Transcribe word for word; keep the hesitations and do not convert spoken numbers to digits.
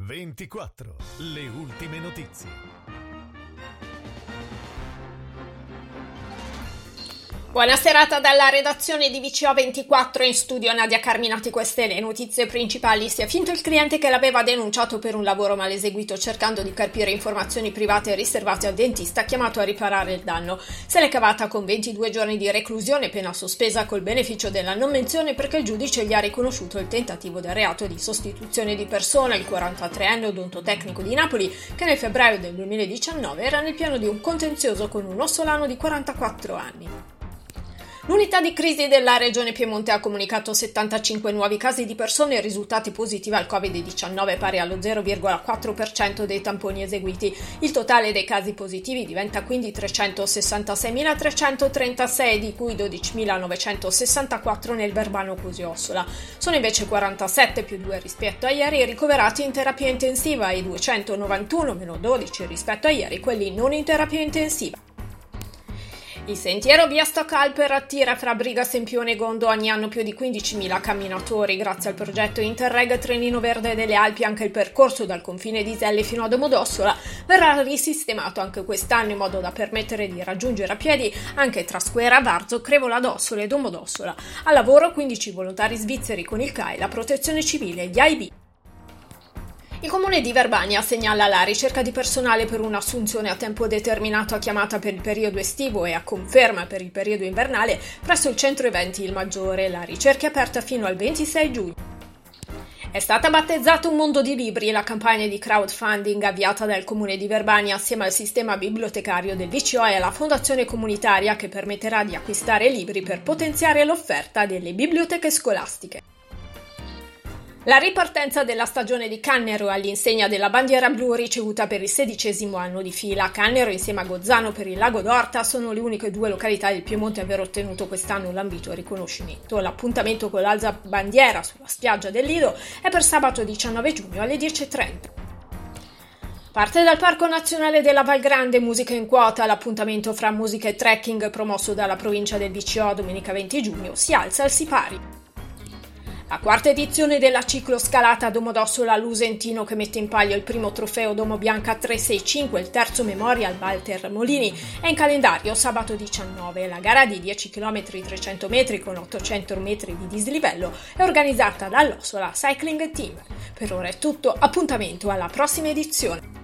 ventiquattro. Le ultime notizie. Buona serata dalla redazione di V C O ventiquattro, in studio Nadia Carminati. Queste le notizie principali. Si è finto il cliente che l'aveva denunciato per un lavoro mal eseguito, cercando di carpire informazioni private riservate al dentista chiamato a riparare il danno. Se l'è cavata con ventidue giorni di reclusione, pena sospesa col beneficio della non menzione, perché il giudice gli ha riconosciuto il tentativo del reato di sostituzione di persona. Il quarantatreenne odontotecnico di Napoli, che nel febbraio del duemiladiciannove era nel piano di un contenzioso con un ossolano di quarantaquattro anni. L'unità di crisi della regione Piemonte ha comunicato settantacinque nuovi casi di persone risultate positive al covid diciannove, pari allo zero virgola quattro per cento dei tamponi eseguiti. Il totale dei casi positivi diventa quindi trecentosessantaseimilatrecentotrentasei, di cui dodicimilanovecentosessantaquattro nel Verbano Cusio-Ossola. Sono invece quarantasette più due rispetto a ieri ricoverati in terapia intensiva e duecentonovantuno meno dodici rispetto a ieri quelli non in terapia intensiva. Il sentiero via Stocalper attira fra Briga, Sempione e Gondo ogni anno più di quindicimila camminatori. Grazie al progetto Interreg Trenino Verde delle Alpi, anche il percorso dal confine di Iselle fino a Domodossola verrà risistemato anche quest'anno, in modo da permettere di raggiungere a piedi anche Trasquera, Varzo, Crevola d'Ossola e Domodossola. Al lavoro quindici volontari svizzeri con il C A I, la Protezione Civile e gli A I B. Il comune di Verbania segnala la ricerca di personale per un'assunzione a tempo determinato a chiamata per il periodo estivo e a conferma per il periodo invernale presso il centro eventi Il Maggiore. La ricerca è aperta fino al ventisei giugno. È stata battezzata Un Mondo di Libri, la campagna di crowdfunding avviata dal comune di Verbania assieme al sistema bibliotecario del V C O e alla fondazione comunitaria, che permetterà di acquistare libri per potenziare l'offerta delle biblioteche scolastiche. La ripartenza della stagione di Cannero all'insegna della bandiera blu ricevuta per il sedicesimo anno di fila. Cannero insieme a Gozzano per il Lago d'Orta sono le uniche due località del Piemonte a aver ottenuto quest'anno l'ambito riconoscimento. L'appuntamento con l'alza bandiera sulla spiaggia del Lido è per sabato diciannove giugno alle dieci e trenta. Parte dal Parco Nazionale della Val Grande, musica in quota. L'appuntamento fra musica e trekking promosso dalla provincia del V C O domenica venti giugno si alza al Sipari. La quarta edizione della cicloscalata Domodossola Lusentino, che mette in palio il primo trofeo Domo Bianca trecentosessantacinque e il terzo Memorial Walter Molini, è in calendario sabato diciannove. La gara di dieci chilometri trecento metri con ottocento metri di dislivello è organizzata dall'Ossola Cycling Team. Per ora è tutto, appuntamento alla prossima edizione.